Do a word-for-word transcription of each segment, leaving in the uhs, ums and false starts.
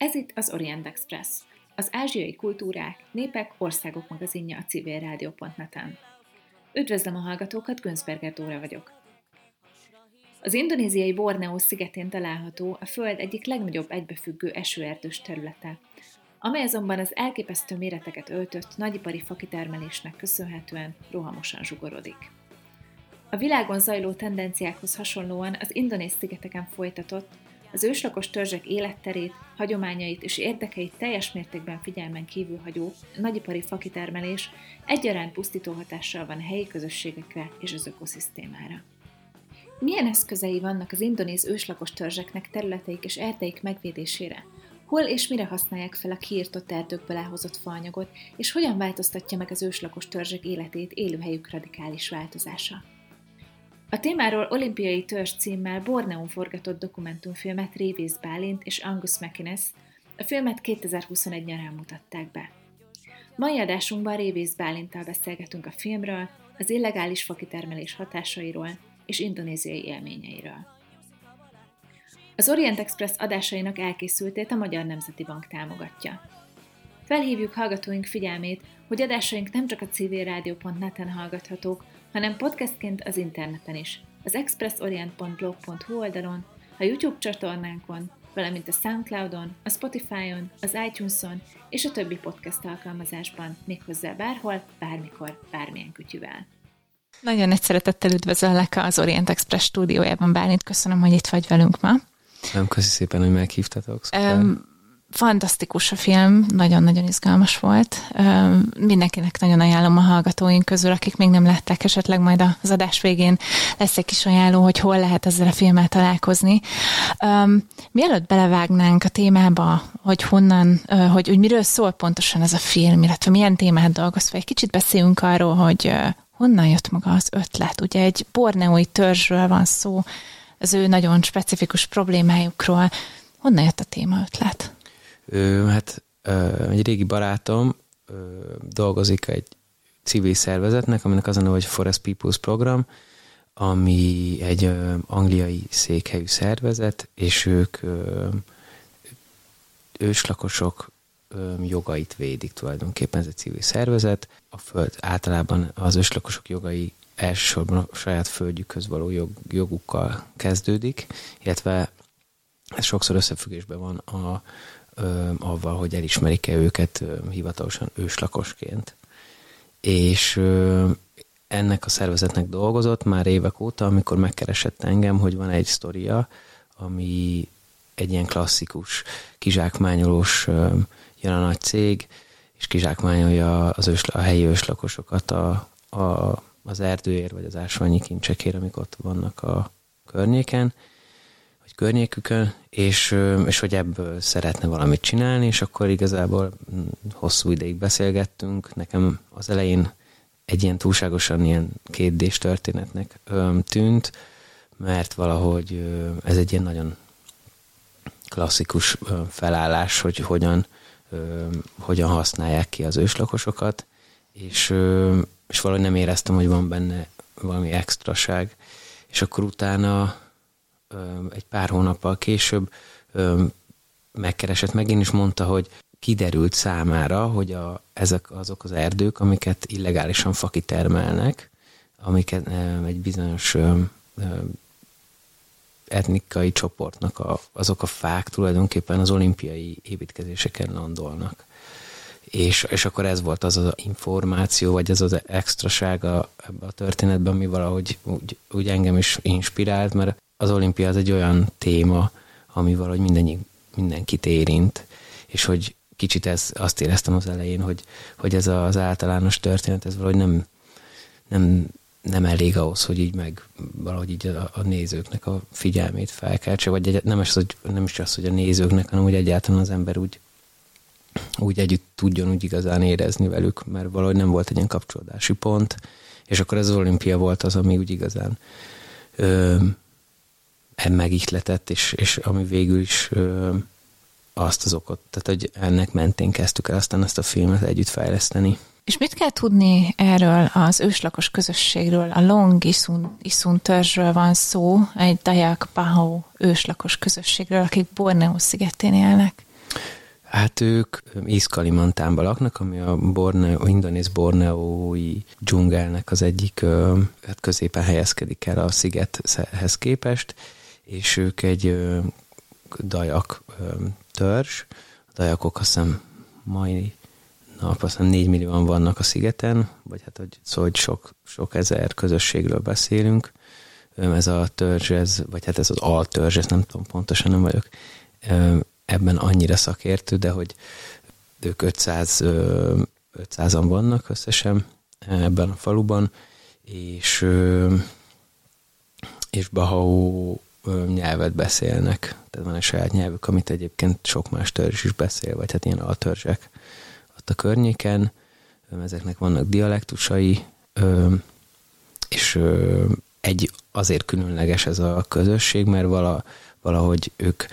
Ez itt az Orient Express, az ázsiai kultúrák, népek, országok magazinja a civil rádió pont net-en. Üdvözlöm a hallgatókat, Günzberger Dóra vagyok. Az indonéziai Borneó szigetén található a Föld egyik legnagyobb egybefüggő esőerdős területe, amely azonban az elképesztő méreteket öltött nagyipari fakitermelésnek köszönhetően rohamosan zsugorodik. A világon zajló tendenciákhoz hasonlóan az indonéz szigeteken folytatott, az őslakos törzsek életterét, hagyományait és érdekeit teljes mértékben figyelmen kívül hagyó nagyipari fakitermelés egyaránt pusztító hatással van a helyi közösségekre és az ökoszisztémára. Milyen eszközei vannak az indonéz őslakos törzseknek területeik és erdeik megvédésére? Hol és mire használják fel a kiirtott erdőkből elhozott faanyagot, és hogyan változtatja meg az őslakos törzsek életét élőhelyük radikális változása? A témáról olimpiai törzs címmel Borneón forgatott dokumentumfilmet Révész Bálint és Angus MacInnes, a filmet kétezer-huszonegy nyarán mutatták be. Mai adásunkban Révész Bálinttal beszélgetünk a filmről, az illegális fakitermelés hatásairól és indonéziai élményeiről. Az Orient Express adásainak elkészültét a Magyar Nemzeti Bank támogatja. Felhívjuk hallgatóink figyelmét, hogy adásaink nem csak a civil rádió pont net-en hallgathatók, hanem podcastként az interneten is, az expressorient pont blog pont hu oldalon, a YouTube csatornánkon, valamint a Soundcloudon, a Spotify-on, az iTunes-on és a többi podcast alkalmazásban, méghozzá bárhol, bármikor, bármilyen kütyüvel. Nagyon nagy szeretettel üdvözöllek az Orient Express stúdiójában, Bálint. Köszönöm, hogy itt vagy velünk ma. Nem, köszi szépen, hogy meghívtatok. Um, fantasztikus a film, nagyon-nagyon izgalmas volt. Um, mindenkinek nagyon ajánlom a hallgatóink közül, akik még nem látták, esetleg majd az adás végén lesz egy kis ajánló, hogy hol lehet ezzel a filmmel találkozni. Um, mielőtt belevágnánk a témába, hogy honnan, uh, hogy, hogy miről szól pontosan ez a film, illetve milyen témát dolgoz, egy kicsit beszéljünk arról, hogy uh, honnan jött maga az ötlet. Ugye egy borneói törzsről van szó, az ő nagyon specifikus problémájukról. Honnan jött a téma ötlet? Ö, hát ö, egy régi barátom ö, dolgozik egy civil szervezetnek, aminek az a neve, hogy Forest People's Program, ami egy ö, angliai székhelyű szervezet, és ők ö, őslakosok ö, jogait védik tulajdonképpen, ez egy civil szervezet. A föld általában az őslakosok jogai elsősorban a saját földjükhöz való jog, jogukkal kezdődik, illetve ez sokszor összefüggésben van a, ö, avval, hogy elismerik-e őket ö, hivatalosan őslakosként. És ö, ennek a szervezetnek dolgozott már évek óta, amikor megkeresett engem, hogy van egy sztoria, ami egy ilyen klasszikus, kizsákmányolós ö, jön a nagy cég, és kizsákmányolja az ősla, a helyi őslakosokat a, a az erdőért, vagy az ásványi kincsekért, amik ott vannak a környéken, vagy környékükön, és, és hogy ebből szeretne valamit csinálni, és akkor igazából hosszú ideig beszélgettünk. Nekem az elején egy ilyen túlságosan ilyen kétdés történetnek tűnt, mert valahogy ez egy ilyen nagyon klasszikus felállás, hogy hogyan, hogyan használják ki az őslakosokat, és és valahogy nem éreztem, hogy van benne valami extraság. És akkor utána egy pár hónappal később megkeresett megint, és mondta, hogy kiderült számára, hogy a, ezek azok az erdők, amiket illegálisan fakitermelnek, amiket egy bizonyos etnikai csoportnak a, azok a fák tulajdonképpen az olimpiai építkezéseken landolnak. És, és akkor ez volt az az információ, vagy az az extrasága ebbe a történetben, ami valahogy úgy, úgy engem is inspirált, mert az olimpia az egy olyan téma, ami valahogy mindennyi, mindenkit érint, és hogy kicsit ez, azt éreztem az elején, hogy, hogy ez az általános történet, ez valahogy nem, nem, nem elég ahhoz, hogy így meg valahogy így a, a nézőknek a figyelmét felkeltse, vagy egy, nem, is az, hogy, nem is az, hogy a nézőknek, hanem úgy egyáltalán az ember úgy úgy együtt tudjon úgy igazán érezni velük, mert valahogy nem volt egy ilyen kapcsolódási pont, és akkor ez az olimpia volt az, ami úgy igazán ö, megihletett, és, és ami végül is ö, azt az okot, tehát hogy ennek mentén kezdtük el aztán ezt a filmet együtt fejleszteni. És mit kell tudni erről az őslakos közösségről? A Long Isun, Isun törzsről van szó, egy Dayak Pahau őslakos közösségről, akik Borneó szigetén élnek. Hát ők East Kalimantanban laknak, ami a Borneo, indonéz borneói dzsungelnek az egyik, hát középen helyezkedik el a szigethez képest, és ők egy dajak törzs. A dajakok azt hiszem mai nap, azt hiszem négy millióan vannak a szigeten, vagy hát hogy, szóval, hogy sok, sok ezer közösségről beszélünk. Ez a törzs, ez, vagy hát ez az altörzs, ezt nem tudom pontosan, nem vagyok ebben annyira szakértő, de hogy ők ötszáz, ötszázan vannak összesen ebben a faluban, és, és bahau nyelvet beszélnek. Tehát van egy saját nyelvük, amit egyébként sok más törzs is beszél, vagy hát ilyen altörzsek ott a környéken. Ezeknek vannak dialektusai, és egy azért különleges ez a közösség, mert vala, valahogy ők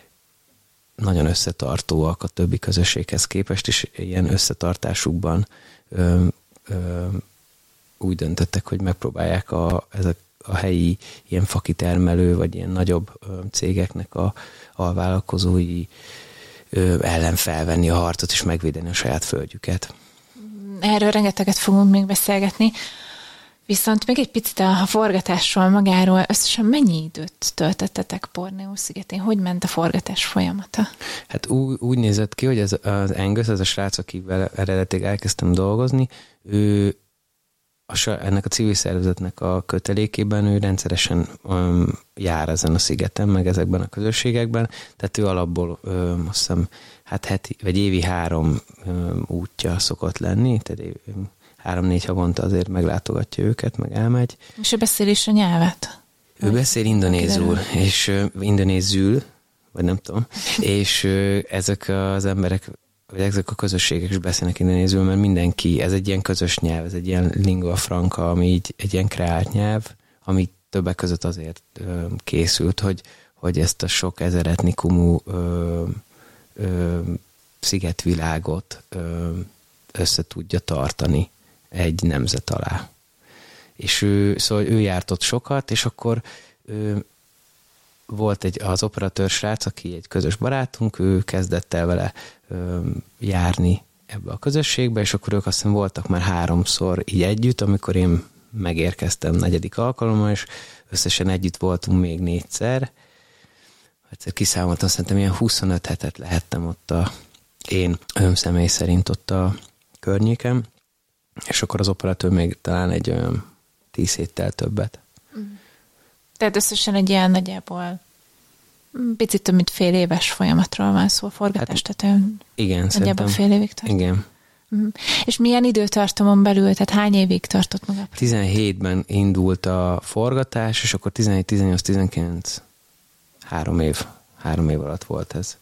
nagyon összetartóak a többi közösséghez képest, és ilyen összetartásukban ö, ö, úgy döntöttek, hogy megpróbálják a, ezek a helyi ilyen fakitermelő, vagy ilyen nagyobb ö, cégeknek a alvállalkozói ö, ellen felvenni a harcot, és megvédeni a saját földjüket. Erről rengeteget fogunk még beszélgetni. Viszont még egy picit a forgatásról magáról, összesen mennyi időt töltöttetek Borneó szigetén? Hogy ment a forgatás folyamata? Hát úgy, úgy nézett ki, hogy ez az Angus, ez a srác, akivel eredetileg elkezdtem dolgozni, ő a, ennek a civil szervezetnek a kötelékében ő rendszeresen um, jár ezen a szigeten, meg ezekben a közösségekben, tehát ő alapból um, azt hiszem, hát heti, vagy évi három um, útja szokott lenni, tehát um, három-négy havonta azért meglátogatja őket, meg elmegy. És ő beszél is a nyelvet? Ő beszél indonézul, és uh, indonézül, vagy nem tudom, és uh, ezek az emberek, vagy ezek a közösségek is beszélnek indonézul, mert mindenki, ez egy ilyen közös nyelv, ez egy ilyen lingua franca, ami így egy ilyen kreált nyelv, ami többek között azért uh, készült, hogy, hogy ezt a sok ezer etnikumú uh, uh, szigetvilágot uh, össze tudja tartani egy nemzet alá. És ő, szóval ő járt ott sokat, és akkor ő, volt egy, az operatőr srác, aki egy közös barátunk, ő kezdett el vele ö, járni ebbe a közösségbe, és akkor ők azt hiszem voltak már háromszor így együtt, amikor én megérkeztem negyedik alkalommal, és összesen együtt voltunk még négyszer. Egyszer kiszámoltam, szerintem ilyen huszonöt hetet lehettem ott a, én személy szerint ott a környéken, és akkor az operatőr még talán egy olyan tíz héttel többet. Tehát összesen egy ilyen nagyjából picit több, mint fél éves folyamatról van szó, forgatás, hát, tehát igen, nagyjából fél évig tart. Igen. Uh-huh. És milyen időtartamon belül, tehát hány évig tartott maga? tizenhétben indult a forgatás, és akkor tizenhét, tizennyolc, tizenkilenc, három év, három év alatt volt ez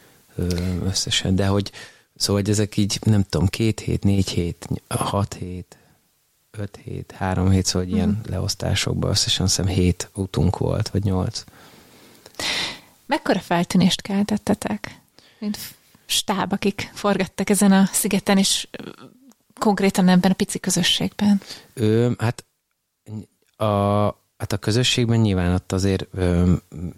összesen, de hogy szóval, hogy ezek így, nem tudom, két hét, négy hét, hat hét, öt hét, három hét, szóval mm. ilyen leosztásokban összesen azt hiszem hét utunk volt, vagy nyolc. Mekkora feltűnést keltettetek, mint stáb, akik forgattak ezen a szigeten, és konkrétan ebben a pici közösségben? Ö, hát, a, hát a közösségben nyilván ott azért ö,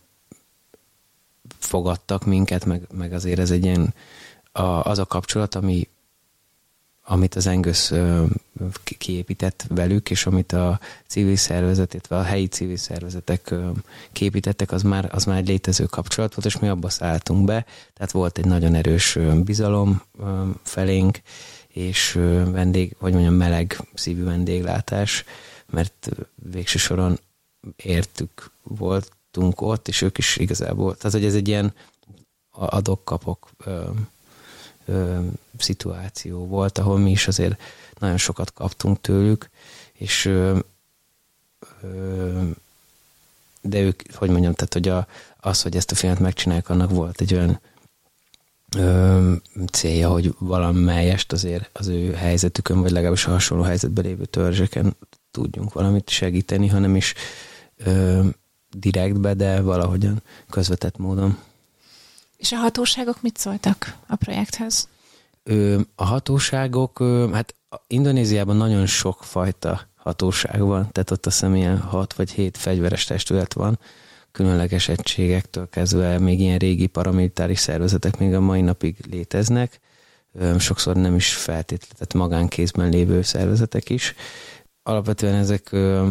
fogadtak minket, meg, meg azért ez egy ilyen A, az a kapcsolat, ami, amit az Angus ö, kiépített velük, és amit a civil szervezet, illetve a helyi civil szervezetek ö, kiépítettek, az már, az már egy létező kapcsolat volt, és mi abba szálltunk be, tehát volt egy nagyon erős ö, bizalom ö, felénk, és ö, vendég, hogy mondjam, meleg szívű vendéglátás, mert végső soron értük voltunk ott, és ők is igazából, tehát hogy ez egy ilyen adok-kapok ö, Ö, szituáció volt, ahol mi is azért nagyon sokat kaptunk tőlük, és ö, ö, de ők, hogy mondjam, tehát hogy a, az, hogy ezt a filmet megcsinálják, annak volt egy olyan ö, célja, hogy valamelyest azért az ő helyzetükön, vagy legalábbis a hasonló helyzetben lévő törzseken tudjunk valamit segíteni, hanem is ö, direktbe, de valahogyan közvetett módon. És a hatóságok mit szóltak a projekthez? Ö, a hatóságok, ö, hát Indonéziában nagyon sok fajta hatóság van, tehát ott azt hiszem ilyen hat vagy hét fegyveres testület van különleges egységektől kezdve még ilyen régi paramilitáris szervezetek még a mai napig léteznek. Sokszor nem is feltétlenül magánkézben lévő szervezetek is. Alapvetően ezek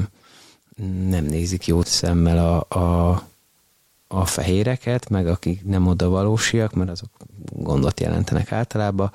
nem nézik jó szemmel a, a, a fehéreket, meg akik nem oda valósiak, mert azok gondot jelentenek általában.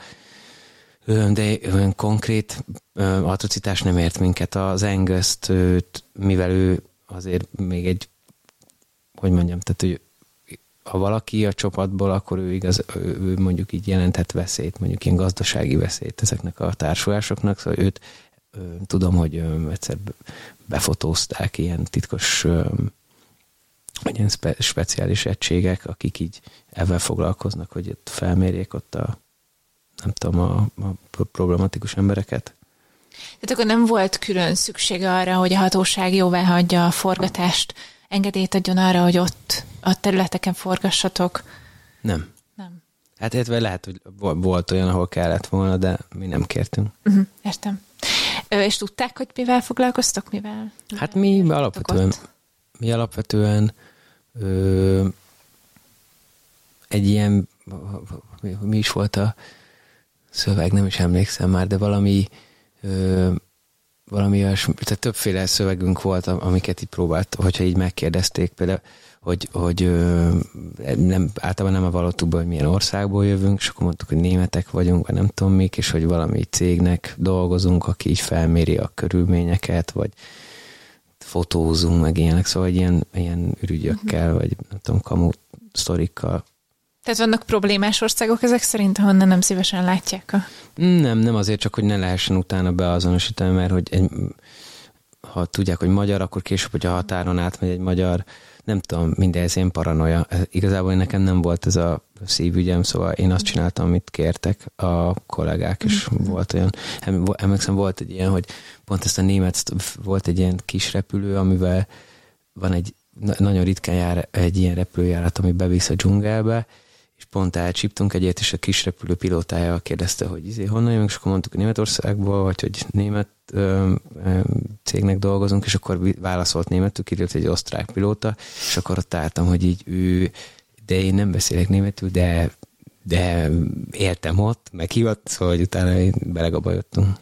De olyan konkrét atrocitás nem ért minket. Az Angus-t, mivel ő azért még egy, hogy mondjam, tehát ő, ha valaki a csapatból, akkor ő, igaz, ő mondjuk így jelenthet veszélyt, mondjuk ilyen gazdasági veszélyt ezeknek a társulásoknak, szóval őt tudom, hogy egyszer befotózták ilyen titkos ilyen spe, speciális egységek, akik így ebben foglalkoznak, hogy ott felmérjék ott a nem tudom, a, a problematikus embereket. Tehát akkor nem volt külön szüksége arra, hogy a hatóság jóvá hagyja a forgatást, engedélyt adjon arra, hogy ott a területeken forgassatok? Nem. Nem. Hát értve lehet, hogy volt olyan, ahol kellett volna, de mi nem kértünk. Uh-huh, értem. Ö, és tudták, hogy mivel foglalkoztok? Mivel? Hát mi alapvetően, mi alapvetően ö, egy ilyen, mi is volt a szöveg, nem is emlékszem már, de valami ö, valami olyasmi, tehát többféle szövegünk volt, amiket így próbált, hogyha így megkérdezték például, hogy, hogy ö, nem, általában nem vallottuk be, hogy milyen országból jövünk, és akkor mondtuk, hogy németek vagyunk, vagy nem tudom mik, és hogy valami cégnek dolgozunk, aki így felméri a körülményeket, vagy fotózunk, meg ilyenek, szóval ilyen, ilyen ürügyökkel, vagy nem tudom, kamu sztorikkal. Tehát vannak problémás országok ezek szerint, ahonnan nem szívesen látják a... Nem, nem azért csak, hogy ne lehessen utána beazonosítani, mert hogy egy, ha tudják, hogy magyar, akkor később, hogy a határon átmegy egy magyar, nem tudom, mindez ilyen paranoia. Igazából nekem nem volt ez a szívügyem, szóval én azt csináltam, amit kértek a kollégák, és mm. volt olyan, emlékszem, volt egy ilyen, hogy pont ezt a német, volt egy ilyen kis repülő, amivel van egy, nagyon ritkán jár egy ilyen repülőjárat, ami bevisz a dzsungelbe, és pont elcsíptunk egyet, és a kis repülő pilótája kérdezte, hogy izé, honnan jövünk, és akkor mondtuk, hogy Németországból, vagy hogy német ö, ö, cégnek dolgozunk, és akkor válaszolt németül, kiderült, hogy egy osztrák pilóta, és akkor ott álltam, hogy így ő, de én nem beszélek németül, de, de éltem ott, meghívott, szóval hogy utána belegabajottunk.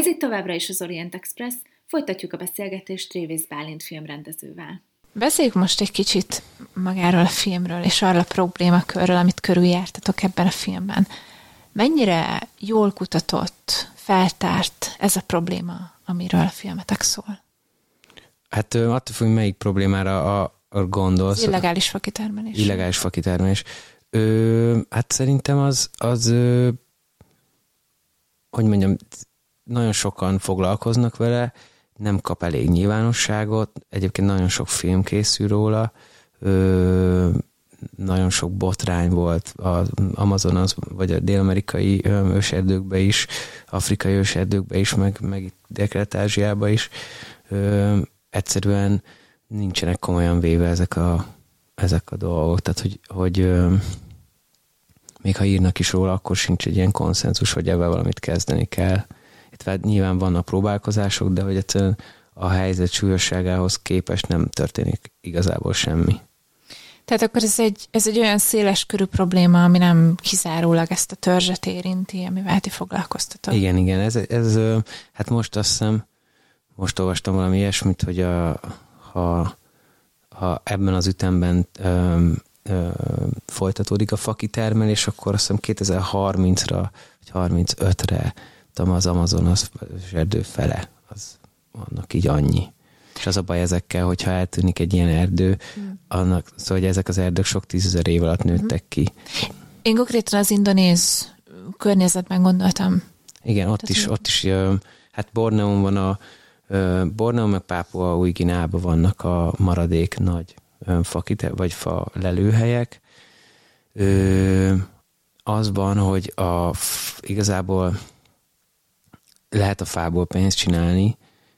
Ez itt továbbra is az Orient Express, folytatjuk a beszélgetést Révész Bálint filmrendezővel. Beszéljük most egy kicsit magáról a filmről, és arról a problémakörről, amit körüljártatok ebben a filmben. Mennyire jól kutatott, feltárt ez a probléma, amiről a filmetek szól? Hát attól függ, melyik problémára a, a gondolsz. Az illegális fakitermelés. Illegális fakitermelés. Ö, hát szerintem az, az ö, hogy mondjam, nagyon sokan foglalkoznak vele, nem kap elég nyilvánosságot, egyébként nagyon sok film készül róla, ö, nagyon sok botrány volt az Amazonas, vagy a dél-amerikai őserdőkben is, afrikai őserdőkben is, meg, meg itt Dél-Kelet-Ázsiában is. Ö, egyszerűen nincsenek komolyan véve ezek a, ezek a dolgok, tehát hogy, hogy ö, még ha írnak is róla, akkor sincs egy ilyen konszenzus, hogy ebben valamit kezdeni kell. Itt hát nyilván vannak próbálkozások, de hogy egyszerűen a helyzet súlyosságához képest nem történik igazából semmi. Tehát akkor ez egy, ez egy olyan széles körű probléma, ami nem kizárólag ezt a törzset érinti, amivel ti foglalkoztatok. Igen, igen. Ez, ez, hát most azt hiszem, most olvastam valami ilyesmit, hogy a, ha, ha ebben az ütemben ö, ö, folytatódik a fakitermelés, akkor azt hiszem kétezer-harmincra, vagy harmincötre az Amazonas erdő fele, az annak így annyi. És az a baj ezekkel, hogyha eltűnik egy ilyen erdő, mm. annak, szóval hogy ezek az erdők sok tízezer év alatt nőttek ki. Én konkrétan az indonéz környezetben gondoltam. Igen, ott Tehát is, ott is, hát Borneón van a, Borneó meg Pápua Új Guineában vannak a maradék nagy fakite, vagy fa lelőhelyek. Az van, hogy a, igazából lehet a fából pénzt csinálni,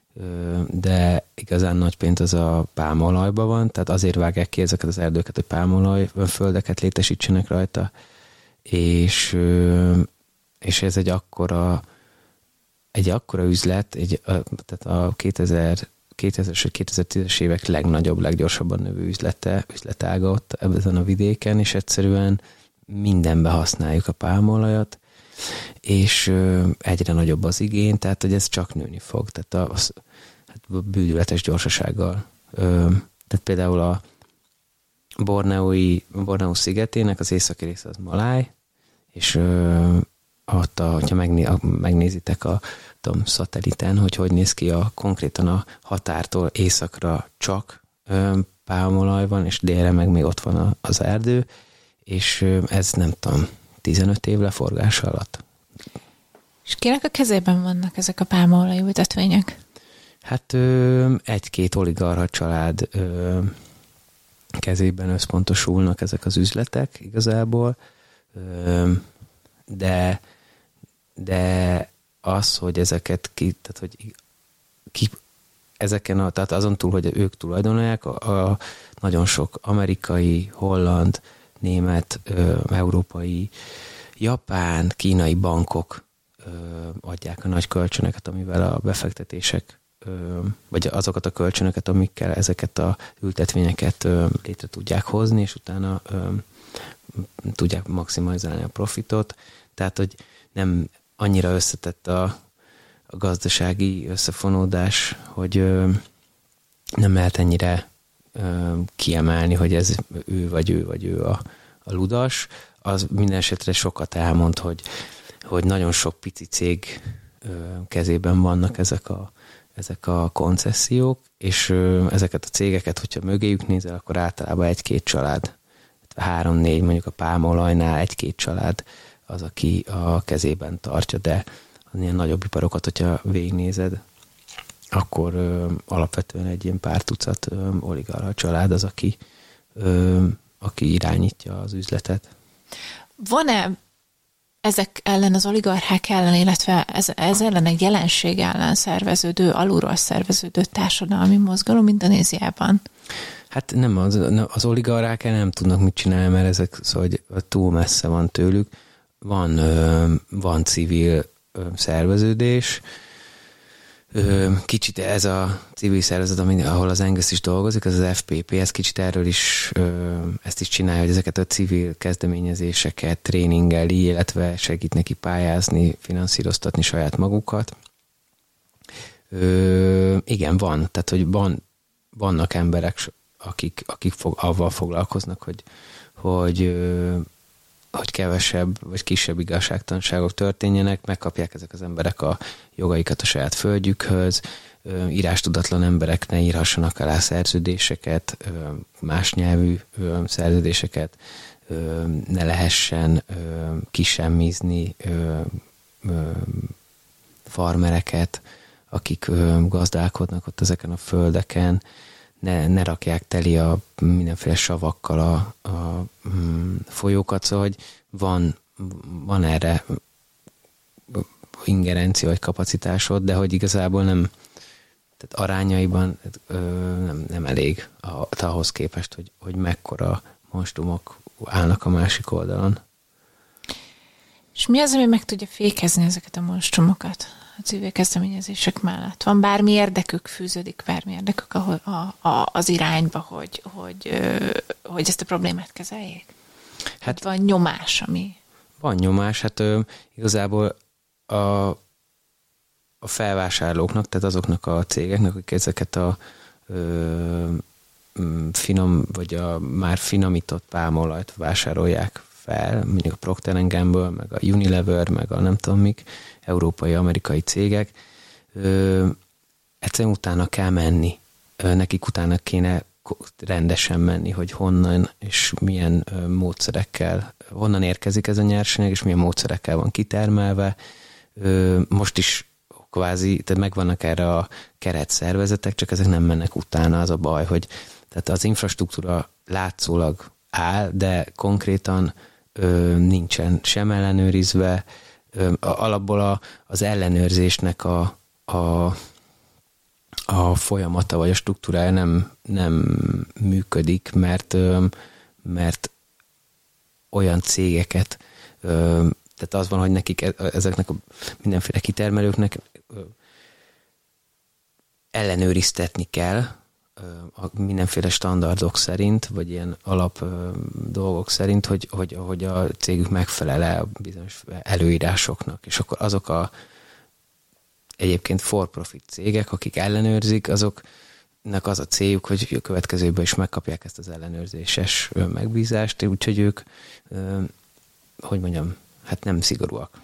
de igazán nagy pénz az a pálmaolajban van, tehát azért vágják ki ezeket az erdőket, hogy pálmaolaj földeket létesítsenek rajta, és, és ez egy akkora, egy akkora üzlet, egy, tehát a kétezres vagy kétezer-tízes évek legnagyobb, leggyorsabban növő üzlete, üzletága ott ebben a vidéken, és egyszerűen mindenbe használjuk a pálmaolajat, és egyre nagyobb az igény, tehát hogy ez csak nőni fog, tehát a, hát bűdületes gyorsasággal. Tehát például a Borneói, Borneó szigetének az északi része az Maláj, és ott, a, hogyha megné, megnézitek a tudom, szatelliten, hogy hogy néz ki a konkrétan a határtól északra csak pálmaolaj van, és délre meg még ott van az erdő, és ez nem tudom, tizenöt év leforgása alatt. És kinek a kezében vannak ezek a pálmaolaj ültetvények? Hát ö, egy-két oligarcha család ö, kezében összpontosulnak ezek az üzletek igazából, ö, de, de az, hogy ezeket ki, tehát hogy ki, ezeken a, tehát azon túl, hogy ők tulajdonolják, a, a nagyon sok amerikai, holland, német, ö, európai, japán, kínai bankok ö, adják a nagy kölcsönöket, amivel a befektetések, ö, vagy azokat a kölcsönöket, amikkel ezeket a ültetvényeket ö, létre tudják hozni, és utána ö, tudják maximalizálni a profitot. Tehát, hogy nem annyira összetett a, a gazdasági összefonódás, hogy ö, nem lehet ennyire ö, kiemelni, hogy ez ő vagy ő vagy ő a, a ludas. Az minden esetre sokat elmond, hogy, hogy nagyon sok pici cég ö, kezében vannak ezek a, ezek a koncesziók, és ö, ezeket a cégeket, hogyha mögéjük nézel, akkor általában egy-két család, három-négy, mondjuk a pálmaolajnál egy-két család az, aki a kezében tartja, de az ilyen nagyobb iparokat, hogyha végignézed, akkor ö, alapvetően egy ilyen pár tucat ö, oligarcha család az, aki, ö, aki irányítja az üzletet. Van-e ezek ellen, az oligarchák ellen, illetve ez, ez ellen egy jelenség ellen szerveződő, alulról szerveződő társadalmi mozgalom Indonéziában? Hát nem, az, az oligarchák nem tudnak mit csinálni, mert ezek szóval, hogy túl messze van tőlük. Van, van civil szerveződés. Kicsit ez a civil szervezet, ahol az Angus is dolgozik, az az ef pé pé, ez kicsit erről is ezt is csinálja, hogy ezeket a civil kezdeményezéseket tréningeli, illetve segít neki pályázni, finanszíroztatni saját magukat. Ö, igen, van. Tehát, hogy van, vannak emberek, akik, akik fog, avval foglalkoznak, hogy, hogy, ö, hogy kevesebb vagy kisebb igazságtalanságok történjenek, megkapják ezek az emberek a jogaikat a saját földjükhöz, ö, írástudatlan emberek ne írhassanak alá szerződéseket, ö, más nyelvű ö, szerződéseket, ö, ne lehessen ö, kisemmizni ö, ö, farmereket, akik ö, gazdálkodnak ott ezeken a földeken, ne, ne rakják teli a mindenféle savakkal a, a mm, folyókat, szóval, hogy van, van erre ingerencia vagy kapacitásod, de hogy igazából nem, tehát arányaiban ö, nem, nem elég ahhoz képest, hogy, hogy mekkora monstrumok állnak a másik oldalon. És mi az, ami meg tudja fékezni ezeket a monstrumokat a civil kezdeményezések mellett? Van bármi érdekük, fűződik bármi érdekük ahol, a, a, az irányba, hogy, hogy, hogy ezt a problémát kezeljék? Hát van nyomás, ami... Van nyomás, hát ö, igazából a, a felvásárlóknak, tehát azoknak a cégeknek, akik ezeket a ö, finom, vagy a már finomított pálmaolajt vásárolják fel, mondjuk a Procter and Gamble, meg a Unilever, meg a nem tudom mik, európai, amerikai cégek, ö, egyszerűen utána kell menni. Ö, nekik utána kéne rendesen menni, hogy honnan és milyen ö, módszerekkel, honnan érkezik ez a nyersanyag, és milyen módszerekkel van kitermelve. Ö, most is kvázi, tehát megvannak erre a keretszervezetek, csak ezek nem mennek utána, az a baj, hogy tehát az infrastruktúra látszólag áll, de konkrétan ö, nincsen sem ellenőrizve. Ö, alapból a, az ellenőrzésnek a, a, a folyamata vagy a struktúrája nem, nem működik, mert, ö, mert olyan cégeket, ö, tehát az van, hogy nekik ezeknek a mindenféle kitermelőknek ö, ellenőriztetni kell, a mindenféle standardok szerint, vagy ilyen alap ö, dolgok szerint, hogy, hogy, hogy a cégük megfelel-e a bizonyos előírásoknak. És akkor azok a egyébként for-profit cégek, akik ellenőrzik, azoknak az a céljuk, hogy a következőben is megkapják ezt az ellenőrzéses megbízást, úgyhogy ők, ö, hogy mondjam, hát nem szigorúak.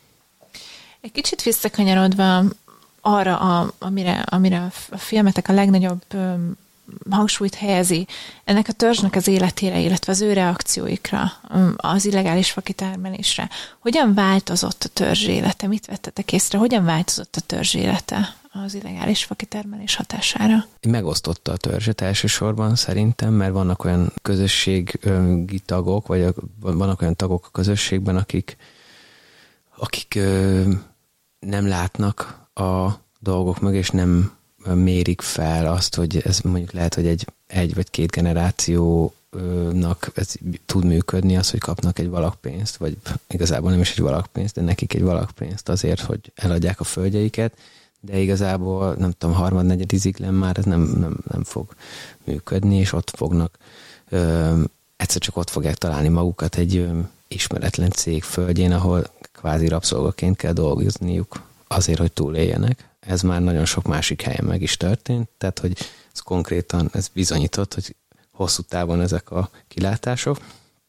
Egy kicsit visszakanyarodva arra, a, amire, amire a filmetek a legnagyobb um, hangsúlyt helyezi, ennek a törzsnek az életére, illetve az ő reakcióikra, um, az illegális fakitermelésre. Hogyan változott a törzs élete? Mit vettetek észre? Hogyan változott a törzs élete az illegális fakitermelés hatására? Megosztotta a törzset elsősorban szerintem, mert vannak olyan közösségi tagok, vagy vannak olyan tagok a közösségben, akik, akik ö, nem látnak a dolgok mögé, és nem mérik fel azt, hogy ez mondjuk lehet, hogy egy, egy vagy két generációnak ez tud működni, az, hogy kapnak egy valakpénzt, vagy igazából nem is egy valakpénzt, de nekik egy valakpénzt azért, hogy eladják a földjeiket, de igazából nem tudom, harmad-negyed iziglen már ez nem, nem, nem fog működni, és ott fognak ö, egyszer csak ott fogják találni magukat egy ö, ismeretlen cég földjén, ahol kvázi rabszolgaként kell dolgozniuk azért, hogy túléljenek. Ez már nagyon sok másik helyen meg is történt, tehát, hogy ez konkrétan, ez bizonyított, hogy hosszú távon ezek a kilátások.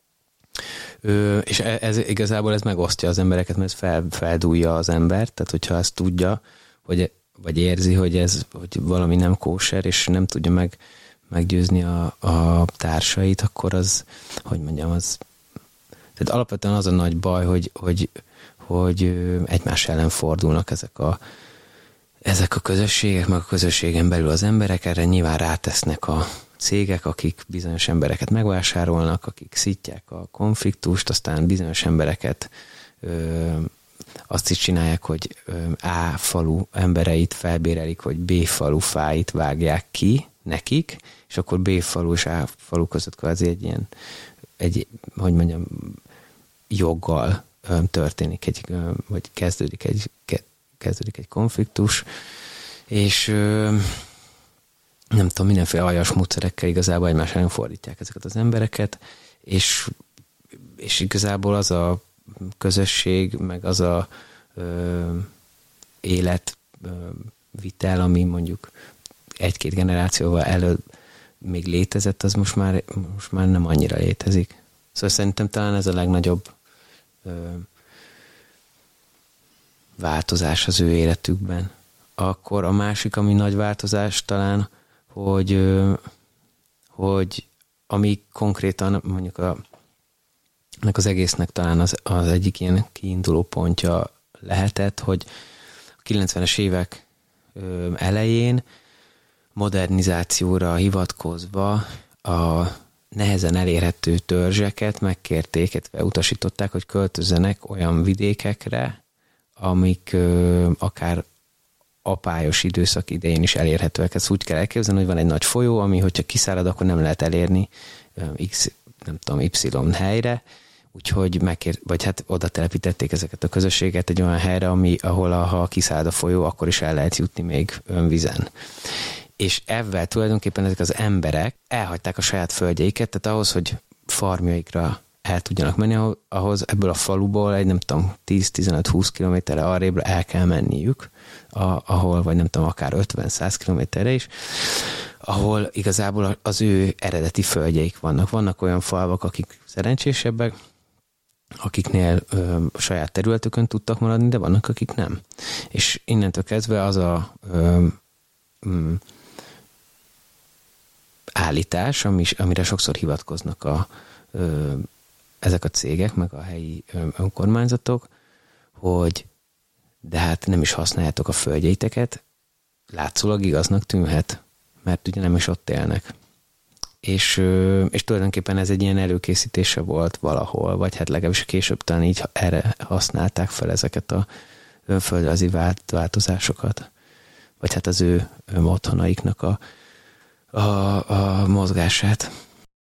Ö, és ez igazából ez megosztja az embereket, mert ez fel, feldúlja az embert, tehát hogyha ezt tudja, hogy, vagy érzi, hogy ez hogy valami nem kóser, és nem tudja meg, meggyőzni a, a társait, akkor az, hogy mondjam, az tehát alapvetően az a nagy baj, hogy, hogy hogy egymás ellen fordulnak ezek a, ezek a közösségek, meg a közösségen belül az emberek, erre nyilván rátesznek a cégek, akik bizonyos embereket megvásárolnak, akik szítják a konfliktust, aztán bizonyos embereket ö, azt is csinálják, hogy ö, A falu embereit felbérelik, hogy B falu fáit vágják ki nekik, és akkor B falu és A falu között kvázi egy ilyen, egy, hogy mondjam, joggal történik egy, vagy kezdődik egy, kezdődik egy konfliktus, és nem tudom, mindenféle aljas módszerekkel igazából egymás ellen fordítják ezeket az embereket, és, és igazából az a közösség, meg az a ö, élet ö, vitel, ami mondjuk egy-két generációval előbb még létezett, az most már, most már nem annyira létezik. Szóval szerintem talán ez a legnagyobb ö, változás az ő életükben. Akkor a másik, ami nagy változás talán, hogy, ö, hogy ami konkrétan mondjuk a, az egésznek talán az, az egyik ilyen kiinduló pontja lehetett, hogy a kilencvenes évek ö, elején modernizációra hivatkozva a nehezen elérhető törzseket megkérték, illetve utasították, hogy költözzenek olyan vidékekre, amik ö, akár apályos időszak idején is elérhetőek. Ezt úgy kell elképzelni, hogy van egy nagy folyó, ami, hogyha kiszárad, akkor nem lehet elérni ö, X, nem tudom, Y helyre, úgyhogy megkér, vagy hát oda telepítették ezeket a közösséget egy olyan helyre, ami, ahol a, ha kiszárad a folyó, akkor is el lehet jutni még önvizen. És ebben tulajdonképpen ezek az emberek elhagyták a saját földjeiket, tehát ahhoz, hogy farmjaikra el tudjanak menni, ahhoz ebből a faluból egy nem tudom tíz-tizenöt-húsz kilométerre arrébbre el kell menniük, ahol, vagy nem tudom, akár ötven-száz kilométerre is, ahol igazából az ő eredeti földjeik vannak. Vannak olyan falvak, akik szerencsésebbek, akiknél ö, a saját területükön tudtak maradni, de vannak, akik nem. És innentől kezdve az a ö, mm, állítás, ami, amire sokszor hivatkoznak a, ö, ezek a cégek, meg a helyi önkormányzatok, hogy de hát nem is használjátok a földjeiteket, látszólag igaznak tűnhet, mert ugye nem is ott élnek. És, és tulajdonképpen ez egy ilyen előkészítése volt valahol, vagy hát legalábbis később talán így erre használták fel ezeket a önföldrajzi változásokat, vagy hát az ő otthonaiknak a, a, a mozgását.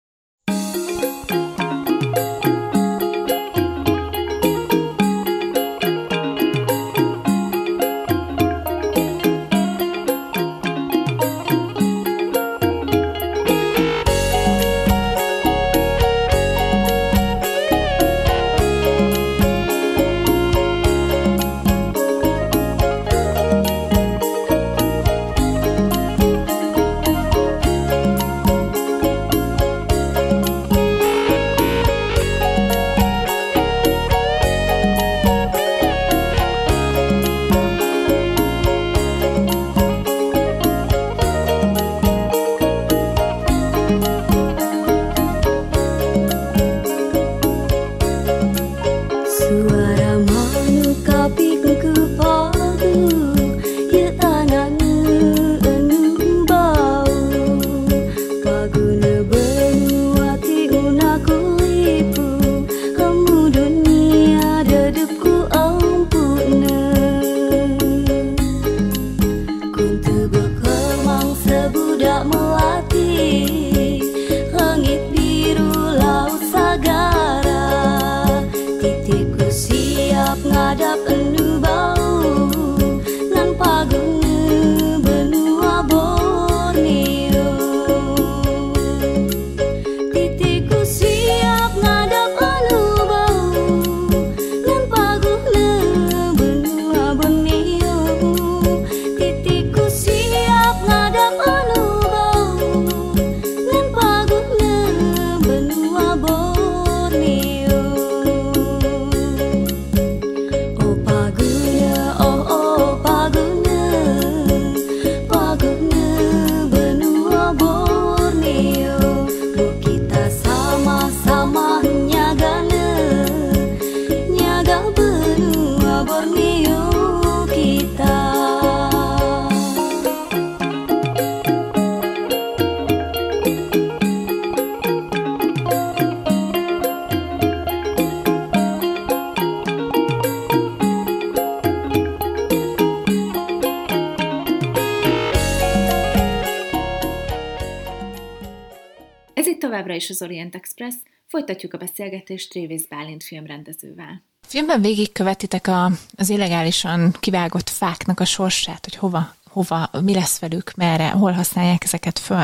Továbbra is az Orient Express, folytatjuk a beszélgetést Révész Bálint filmrendezővel. A filmben végigkövetitek a, az illegálisan kivágott fáknak a sorsát, hogy hova, hova, mi lesz velük, merre, hol használják ezeket föl.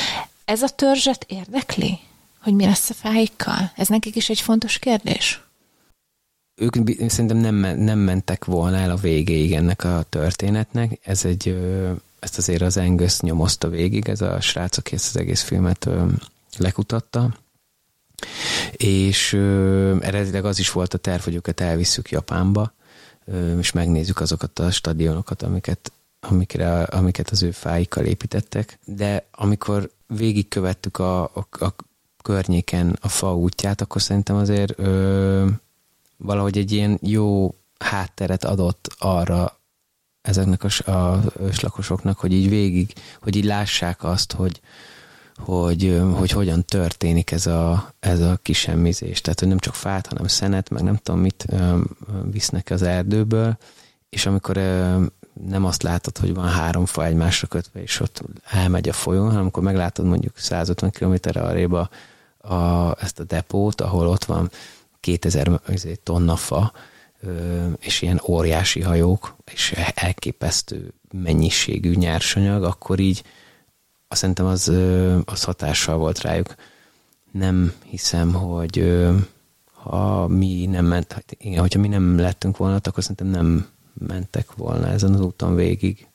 Ez a törzset érdekli, hogy mi lesz a fáikkal? Ez nekik is egy fontos kérdés? ők szerintem nem, nem mentek volna el a végéig ennek a történetnek. Ez egy, ezt azért az Angus nyomozta végig, ez a srác, aki ezt az egész filmet lekutatta. És eredetileg az is volt a terv, hogy őket elvisszük Japánba, és megnézzük azokat a stadionokat, amiket, amikre, amiket az ő fáikkal építettek. De amikor végigkövettük a, a, a környéken a fa útját, akkor szerintem azért ö, valahogy egy ilyen jó hátteret adott arra ezeknek a, a őslakosoknak, hogy így végig, hogy így lássák azt, hogy, hogy, hogy hogyan történik ez a, ez a kisemmizés. Tehát, hogy nem csak fát, hanem szenet, meg nem tudom mit ö, visznek az erdőből, és amikor ö, nem azt látod, hogy van három fa egymásra kötve, és ott elmegy a folyón, hanem amikor meglátod mondjuk száz ötven kilométerre arrébb a, a, ezt a depót, ahol ott van kétezer tonna fa, és ilyen óriási hajók, és elképesztő mennyiségű nyersanyag, akkor így azt szerintem az, az hatással volt rájuk. Nem hiszem, hogy ha mi nem ment, igen, hogyha mi nem lettünk volna, akkor szerintem nem mentek volna ezen az úton végig.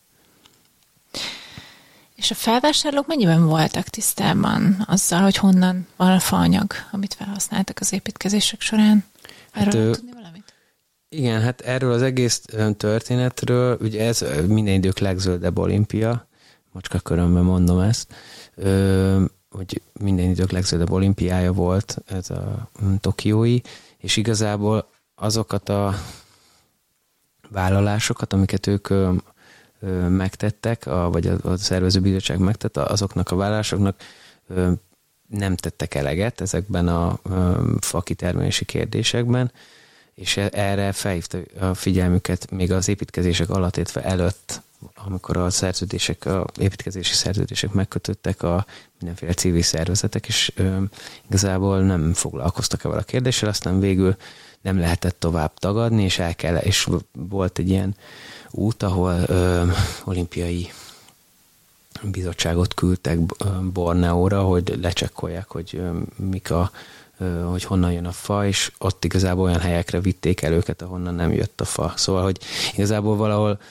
És a felvásárlók mennyiben voltak tisztában azzal, hogy honnan van a faanyag, amit felhasználtak az építkezések során? Erről hát, tudni valamit? Igen, hát erről az egész történetről, ugye ez minden idők legzöldebb olimpia, macska körömben mondom ezt, hogy minden idők legzöldebb olimpiája volt ez a tokiói, és igazából azokat a vállalásokat, amiket ők ö, ö, megtettek, a, vagy a, a szervezőbizottság megtette, azoknak a vállalásoknak ö, nem tettek eleget ezekben a ö, fakitermelési kérdésekben, és erre felhívta a figyelmüket még az építkezések alatt, illetve előtt, amikor a szerződések, a építkezési szerződések megkötöttek a mindenféle civil szervezetek, és ö, igazából nem foglalkoztak ebben a kérdéssel, aztán végül nem lehetett tovább tagadni, és el kell, és volt egy ilyen út, ahol ö, olimpiai bizottságot küldtek Borneóra, hogy lecsekkolják, hogy ö, mik a, ö, hogy honnan jön a fa, és ott igazából olyan helyekre vitték el őket, ahonnan nem jött a fa. Szóval, hogy igazából valahol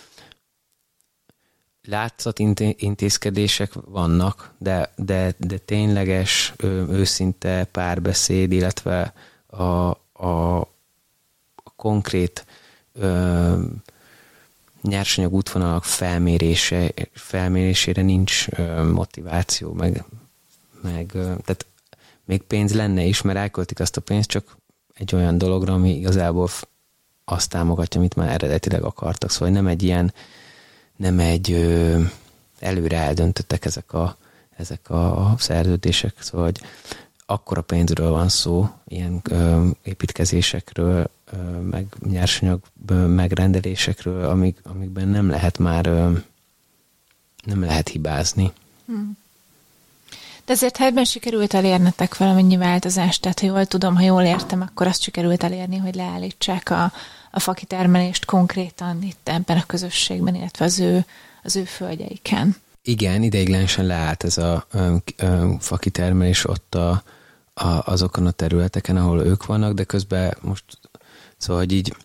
látszat intézkedések vannak, de, de, de tényleges, ö, őszinte párbeszéd, illetve a, a konkrét ö, nyersanyag útvonalak felmérése, felmérésére nincs ö, motiváció, meg, meg ö, tehát még pénz lenne is, mert elköltik azt a pénzt csak egy olyan dologra, ami igazából azt támogatja, amit már eredetileg akartak. Szóval nem egy ilyen, nem egy ö, előre eldöntöttek ezek a, ezek a szerződések, szóval hogy akkora pénzről van szó, ilyen ö, építkezésekről, ö, meg nyersanyag ö, megrendelésekről, amik, amikben nem lehet már ö, nem lehet hibázni. Hmm. De ezért ha ebben sikerült elérnetek valamennyi változást, tehát ha jól tudom, ha jól értem, akkor azt sikerült elérni, hogy leállítsák a, a fakitermelést konkrétan itt ebben a közösségben, illetve az ő, az ő földjeiken. Igen, ideiglenesen leállt ez a ö, ö, fakitermelés ott a A, azokon a területeken, ahol ők vannak, de közben most, szóval, hogy így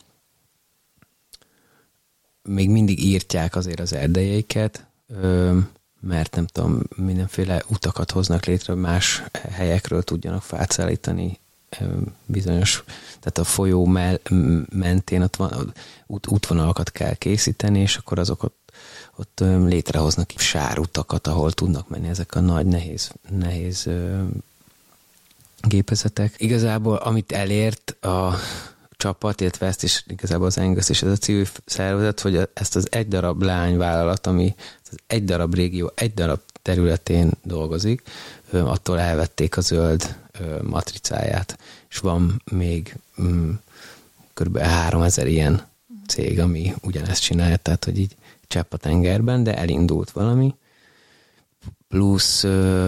még mindig írtják azért az erdejeiket, mert nem tudom, mindenféle utakat hoznak létre, más helyekről tudjanak fát szállítani bizonyos, tehát a folyó mentén ott van, út, útvonalakat kell készíteni, és akkor azok ott, ott létrehoznak sárutakat, ahol tudnak menni ezek a nagy, nehéz, nehéz gépezetek. Igazából, amit elért a csapat, illetve ezt is igazából az Angus és ez a civil szervezet, hogy ezt az egy darab lányvállalat, ami az egy darab régió, egy darab területén dolgozik, attól elvették a zöld matricáját, és van még kb. háromezer ilyen cég, ami ugyanezt csinálja, tehát, hogy így csepp a tengerben, de elindult valami. Plusz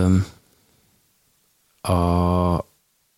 a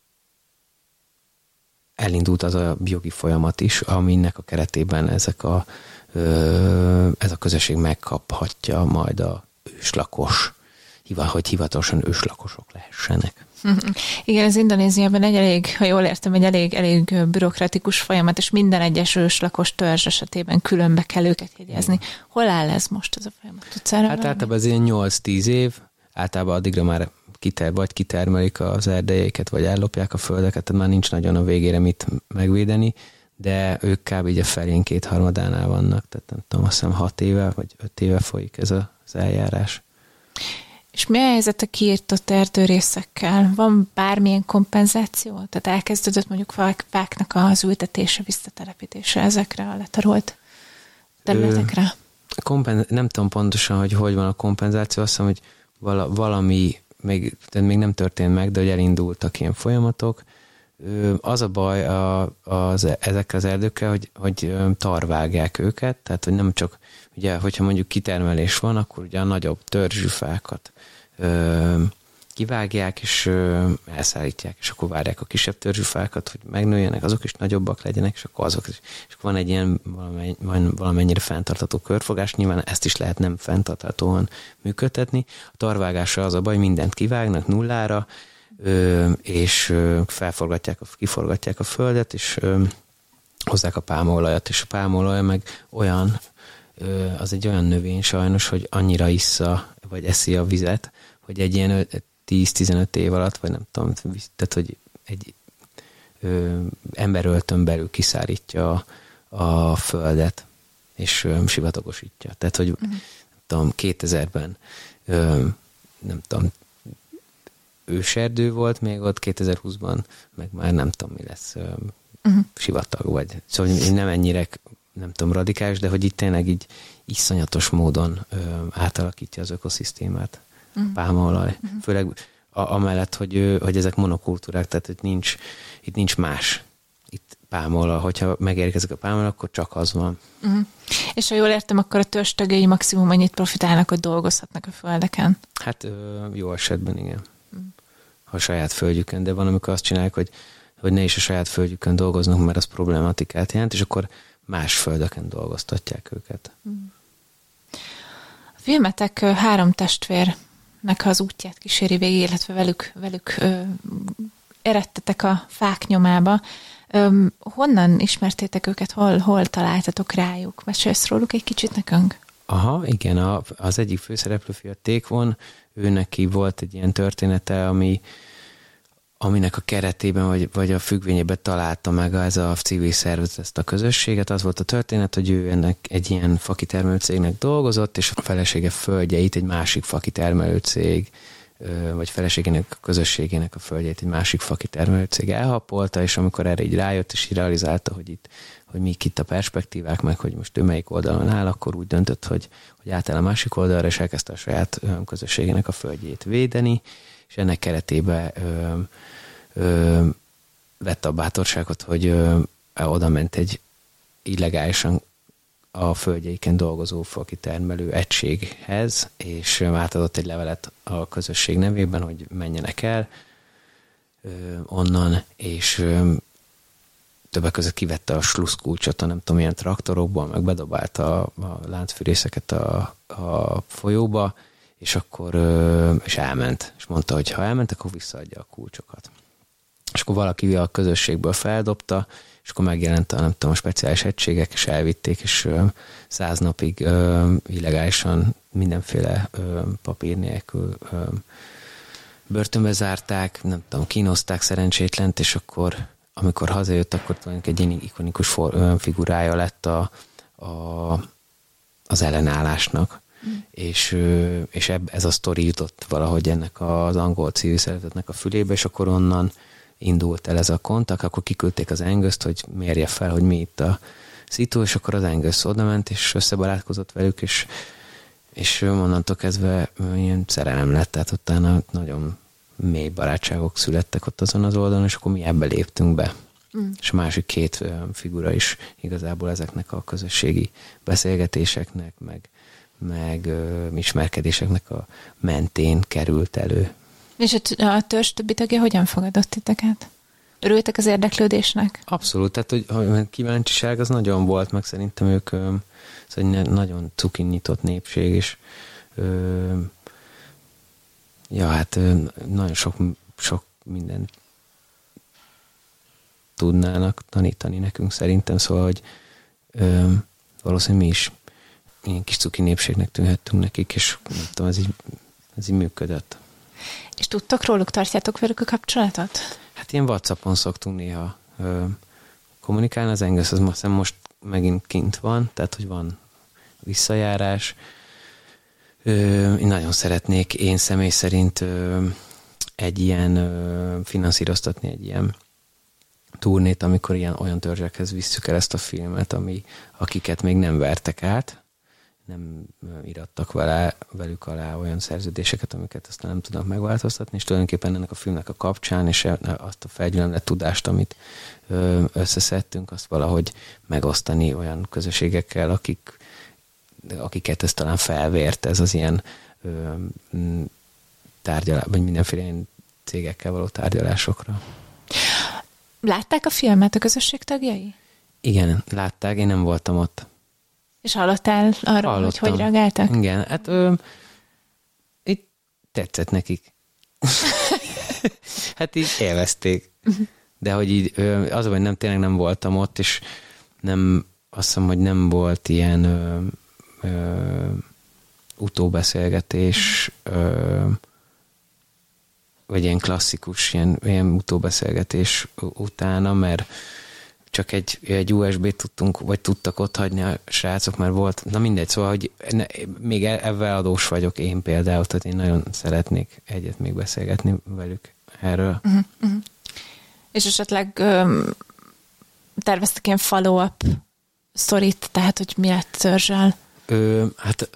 elindult az a jogi folyamat is, aminek a keretében ezek a, ez a közösség megkaphatja majd a őslakos hogy hivatalosan őslakosok lehessenek. Igen, az Indonéziában egy elég, ha jól értem, egy elég, elég bürokratikus folyamat, és minden egyes őslakos törzs esetében különbe kell őket jegyezni. Hol áll ez most, ez a folyamat? Tudsz erre hát valami? általában ez ilyen nyolc-tíz év, általában addigra már kiter, vagy kitermelik az erdejeiket, vagy ellopják a földeket, tehát már nincs nagyon a végére mit megvédeni, de ők kb. Így a felén kétharmadánál vannak, tehát nem tudom, azt hiszem hat éve, vagy öt éve folyik ez az eljárás. És mi a helyzet a kiirtott erdőrészekkel? Van bármilyen kompenzáció? Tehát elkezdődött mondjuk fáknak az ültetése, visszatelepítése ezekre a letarolt területekre? Ö, kompen- nem tudom pontosan, hogy hogy van a kompenzáció, azt hiszem, hogy vala- valami még, tehát még nem történt meg, de hogy elindultak ilyen folyamatok. Ö, az a baj a, az, ezekkel az erdőkkel, hogy, hogy tarvágják őket, tehát hogy nem csak, ugye, hogyha mondjuk kitermelés van, akkor ugye a nagyobb törzsű fákat ö, kivágják, és ö, elszállítják, és akkor várják a kisebb törzsű fákat, hogy megnőjenek, azok is nagyobbak legyenek, és akkor azok is. És akkor van egy ilyen valamennyi, valamennyire fenntartható körfogás, nyilván ezt is lehet nem fenntarthatóan működtetni. A tarvágásra az a baj, mindent kivágnak nullára, ö, és ö, felforgatják, kiforgatják a földet, és ö, hozzák a pálmaolajat, és a pálmaolaj meg olyan, ö, az egy olyan növény sajnos, hogy annyira issza, vagy eszi a vizet, hogy egy ilyen tíz-tizenöt év alatt, vagy nem tudom, tehát, hogy egy ö, emberöltön belül kiszárítja a, a földet, és ö, sivatagosítja. Tehát, hogy uh-huh. nem tudom, kétezerben ö, nem tudom, őserdő volt még ott, kétezer-húszban meg már nem tudom, mi lesz ö, uh-huh. sivatag, vagy szóval nem ennyire, nem tudom, radikális, de hogy itt tényleg így iszonyatos módon ö, átalakítja az ökoszisztémát. Uh-huh. Pálmaolaj. Uh-huh. Főleg a, amellett, hogy, hogy ezek monokultúrák, tehát hogy nincs, itt nincs más. Itt pálmaolaj, hogyha megérkezik a pálmaolaj, akkor csak az van. Uh-huh. És ha jól értem, akkor a törzs tagjai maximum annyit profitálnak, hogy dolgozhatnak a földeken? Hát ö, jó esetben igen. Uh-huh. Ha a saját földjükön, de van, amikor azt csinálják, hogy, hogy ne is a saját földjükön dolgoznak, mert az problematikát jelent, és akkor más földeken dolgoztatják őket. Uh-huh. A filmetek három testvér nek az útját kíséri végig, illetve velük, velük ö, eredtetek a fák nyomába. Ö, honnan ismertétek őket? Hol, hol találtatok rájuk? Mesélsz róluk egy kicsit nekünk? Aha, igen, a, az egyik főszereplő fiú, Tékvon, ő neki volt egy ilyen története, ami, aminek a keretében, vagy, vagy a függvényében találta meg ez a civil szervezet, ezt a közösséget. Az volt a történet, hogy ő ennek egy ilyen fakitermelő cégnek dolgozott, és a felesége földjeit egy másik fakitermelő cég, vagy feleségének a közösségének a földjeit egy másik fakitermelő cég elhappolta, és amikor erre így rájött, és így realizálta, hogy itt, hogy mik itt a perspektívák, meg hogy most ő melyik oldalon áll, akkor úgy döntött, hogy, hogy átáll a másik oldalra, és elkezdte a saját közösségének a földjét védeni, és ennek keretében ö, ö, vette a bátorságot, hogy ö, oda ment egy illegálisan a földjeiken dolgozó fakitermelő egységhez, és átadott egy levelet a közösség nevében, hogy menjenek el ö, onnan, és ö, többek között kivette a sluszkulcsot a nem tudom milyen traktorokból, meg bedobálta a, a láncfűrészeket a, a folyóba, és akkor és elment, és mondta, hogy ha elment, akkor visszaadja a kulcsokat. És akkor valaki a közösségből feldobta, és akkor megjelent a, nem tudom, a speciális egységek, és elvitték, és száz napig ö, illegálisan mindenféle ö, papír nélkül ö, börtönbe zárták, nem tudom, kínozták szerencsétlent, és akkor amikor hazajött, akkor tulajdonképpen egy ilyen ikonikus for, figurája lett a, a, az ellenállásnak. Mm. És, és ebb, ez a sztori jutott valahogy ennek az angol civil szervezetnek a fülébe, és akkor onnan indult el ez a kontakt, akkor kiküldték az Engöszt, hogy mérje fel, hogy mi itt a szitu, és akkor az Engösz oda ment, és összebarátkozott velük, és, és onnantól kezdve ilyen szerelem lett, tehát utána nagyon mély barátságok születtek ott azon az oldalon, és akkor mi ebbe léptünk be. Mm. És a másik két figura is igazából ezeknek a közösségi beszélgetéseknek, meg, meg ö, ismerkedéseknek a mentén került elő. És a, a törzs többi tagja hogyan fogadott titeket? Örültek az érdeklődésnek? Abszolút, tehát hogy, hogy kíváncsiság az nagyon volt, meg szerintem ők ö, szóval nagyon cukin nyitott népség, és ö, Ja, hát nagyon sok, sok mindent tudnának tanítani nekünk szerintem, szóval, hogy ö, valószínűleg mi is ilyen kis cuki népségnek tűnhettünk nekik, és nem tudom, ez így, ez így működött. És tudtok róluk, tartjátok velük a kapcsolatot? Hát ilyen WhatsAppon szoktunk néha ö, kommunikálni, az Angus az most, most megint kint van, tehát hogy van visszajárás. Ö, én nagyon szeretnék én személy szerint ö, egy ilyen ö, finanszíroztatni egy ilyen turnét, amikor ilyen olyan törzsekhez visszük el ezt a filmet, ami, akiket még nem vertek át, nem irattak vele, velük alá olyan szerződéseket, amiket aztán nem tudnak megváltoztatni, és tulajdonképpen ennek a filmnek a kapcsán, és azt a felgyülemlett tudást, amit összeszedtünk, azt valahogy megosztani olyan közösségekkel, akik, akiket ez talán felvért, ez az ilyen tárgyalás, vagy mindenféle ilyen cégekkel való tárgyalásokra. Látták a filmet a közösség tagjai? Igen, látták, én nem voltam ott. És hallottál arról, Hallottam. hogy hogy reagáltak? Igen, hát ö, itt tetszett nekik. Hát így élvezték. De hogy így, ö, az, hogy nem, tényleg nem voltam ott, és nem, azt hiszem, hogy nem volt ilyen ö, ö, utóbeszélgetés, ö, vagy ilyen klasszikus ilyen, ilyen utóbeszélgetés utána, mert csak egy, egy u es bé-t tudtunk, vagy tudtak ott hagyni a srácok, mert volt, na mindegy, szóval, hogy ne, még ebben adós vagyok én például, tehát én nagyon szeretnék egyet még beszélgetni velük erről. Uh-huh, uh-huh. És esetleg um, terveztek ilyen follow-up sztorit, tehát, hogy mi lett törzsel? Ö, hát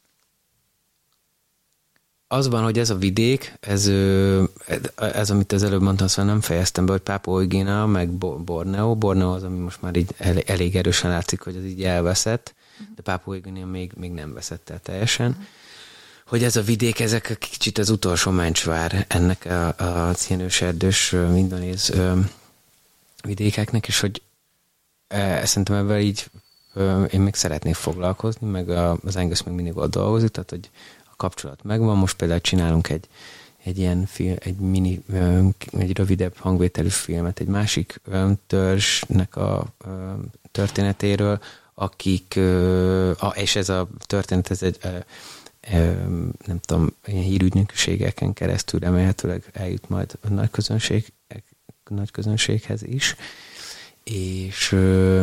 az van, hogy ez a vidék, ez, ez amit az előbb mondtam, szóval nem fejeztem be, hogy Pápua Új-Guinea, meg Borneo. Borneo az, ami most már így elég erősen látszik, hogy az így elveszett, de Pápua Új-Guinea még, még nem veszett el teljesen. Hogy ez a vidék, ezek kicsit az utolsó mencsvár ennek a, a cienőserdős indonéz vidékeknek, és hogy e, szerintem ebben így én még szeretnék foglalkozni, meg az Angus még mindig ott dolgozik, tehát hogy kapcsolat megvan. Most például csinálunk egy, egy ilyen film, egy mini, egy rövidebb hangvételű filmet egy másik törzsnek a történetéről, akik, és ez a történet, ez egy nem tudom, ilyen hírügynökségeken keresztül remélhetőleg eljut majd a nagy közönség, nagy közönséghez is, és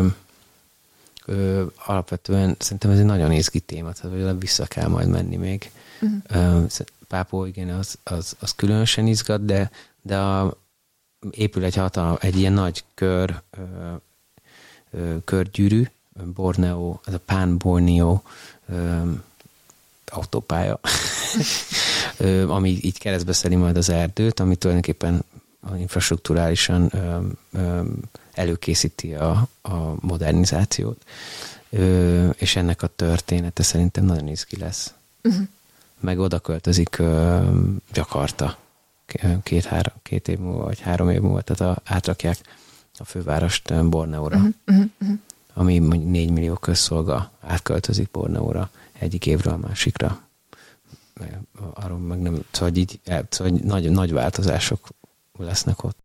Ö, alapvetően szerintem ez egy nagyon izgi téma, tehát vissza kell majd menni még. Uh-huh. Pápua Új-Guinea az, az, az különösen izgat, de, de a, épül egy hatalma, egy ilyen nagy kör, ö, ö, körgyűrű, Borneo, ez a Pán Borneo ö, autópálya, ö, ami így keresztbe szeli majd az erdőt, ami tulajdonképpen infrastrukturálisan ö, ö, előkészíti a, a modernizációt, ö, és ennek a története szerintem nagyon izgi lesz. Uh-huh. Meg oda költözik ö, Jakarta két, három, két év múlva, vagy három év múlva, tehát a, átrakják a fővárost Borneóra, uh-huh. Uh-huh. ami mondjuk négy millió közszolga átköltözik Borneóra egyik évről a másikra. Arról meg nem, szóval így, szóval nagy, nagy változások lesznek ott.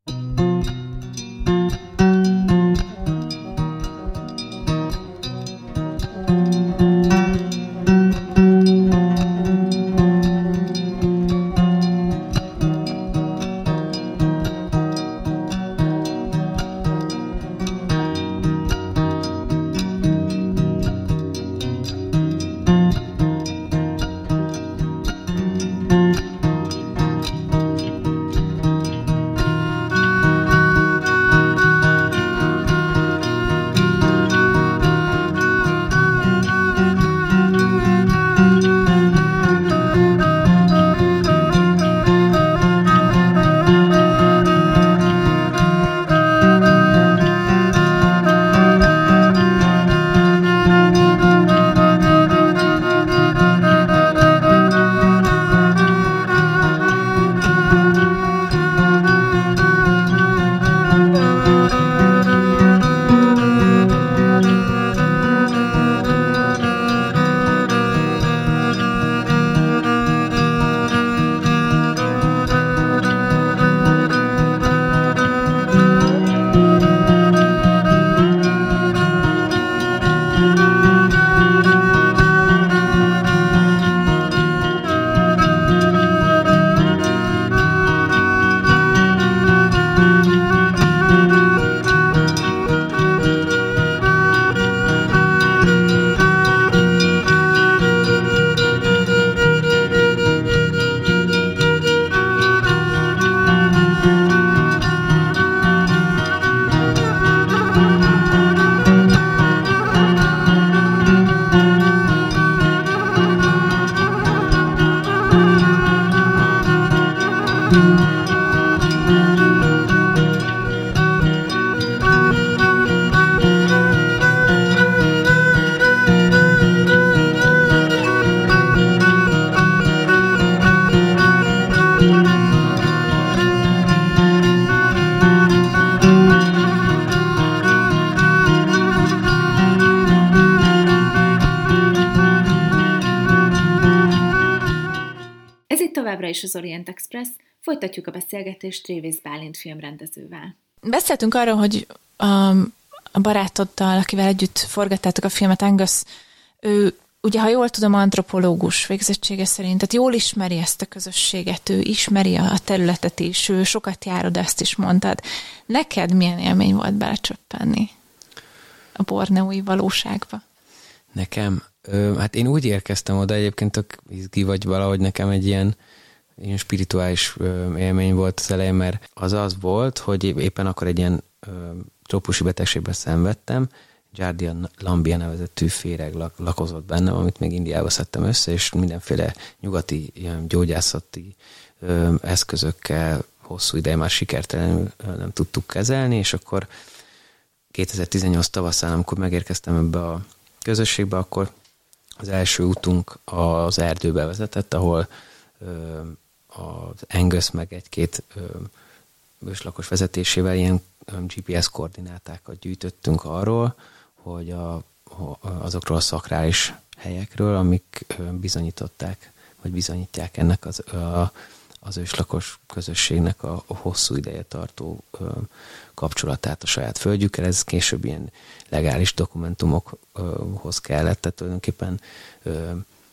Továbbra is az Orient Express, folytatjuk a beszélgetést Révész Bálint filmrendezővel. Beszéltünk arról, hogy a, a barátoddal, akivel együtt forgattátok a filmet, Angus, ő ugye, ha jól tudom, antropológus végzettsége szerint, tehát jól ismeri ezt a közösséget, ő ismeri a területet is, ő sokat járod, ezt is mondtad. Neked milyen élmény volt belecsöppenni a borneói valóságba? Nekem? Ö, hát én úgy érkeztem oda, egyébként tök izgi, vagy valahogy nekem egy ilyen, ilyen spirituális ö, élmény volt az elején, mert az az volt, hogy éppen akkor egy ilyen ö, trópusi betegségben szenvedtem, Giardia lambia nevezetű féreg lak, lakozott bennem, amit még Indiába szedtem össze, és mindenféle nyugati ilyen gyógyászati ö, eszközökkel hosszú ideje már sikertelenül ö, nem tudtuk kezelni, és akkor kétezer-tizennyolc tavaszán, amikor megérkeztem ebbe a közösségbe, akkor az első utunk az erdőbe vezetett, ahol ö, az Angus meg egy-két ö, őslakos vezetésével ilyen gé pé es koordinátákat gyűjtöttünk arról, hogy a, azokról a szakrális helyekről, amik bizonyították, vagy bizonyítják ennek az, a, az őslakos közösségnek a, a hosszú ideje tartó ö, kapcsolatát a saját földjükkel. Ez később ilyen legális dokumentumokhoz kellett, tehát tulajdonképpen ö,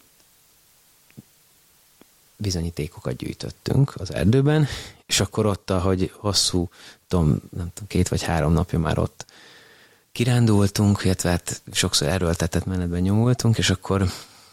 bizonyítékokat gyűjtöttünk az erdőben, és akkor ott, ahogy hosszú, tudom, nem tudom, két vagy három napja már ott kirándultunk, illetve hát sokszor erőltetett menetben nyomultunk, és akkor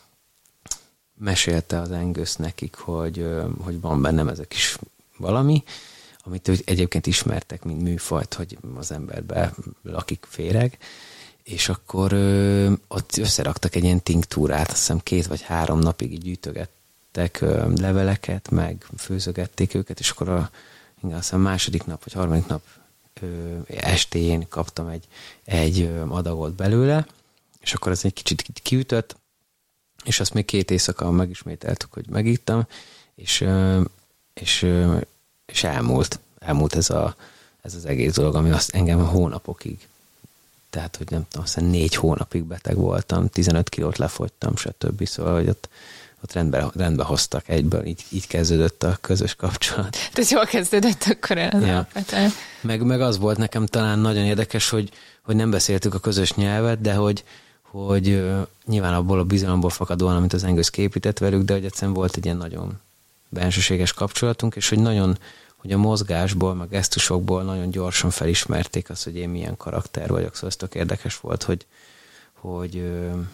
mesélte az Angus nekik, hogy, hogy van bennem ez a kis valami, amit egyébként ismertek, mint műfajt, hogy az emberben lakik féreg, és akkor ö, ott összeraktak egy ilyen tinktúrát, azt hiszem két vagy három napig így gyűjtögettek ö, leveleket, meg főzögették őket, és akkor a, igen, azt hiszem második nap, vagy harmadik nap ö, estéjén kaptam egy, egy ö, adagot belőle, és akkor ez egy kicsit kiütött, és azt még két éjszaka megismételtük, hogy megittam, és, ö, és, ö, és elmúlt. Elmúlt ez, a, ez az egész dolog, ami azt engem hónapokig, tehát, hogy nem tudom, aztán négy hónapig beteg voltam, tizenöt kilót lefogytam, stb. Szóval, hogy ott, ott rendbe, rendbe hoztak egyből, így, így kezdődött a közös kapcsolat. Tehát jól kezdődött akkor el az ja. alapvetően. Meg, meg az volt nekem talán nagyon érdekes, hogy, hogy nem beszéltük a közös nyelvet, de hogy, hogy uh, nyilván abból a bizalomból fakadóan, amit az Angus képített velük, de hogy egyszerűen volt egy ilyen nagyon bensőséges kapcsolatunk, és hogy nagyon hogy a mozgásból, meg gesztusokból nagyon gyorsan felismerték azt, hogy én milyen karakter vagyok. Szóval ez tök érdekes volt, hogy, hogy,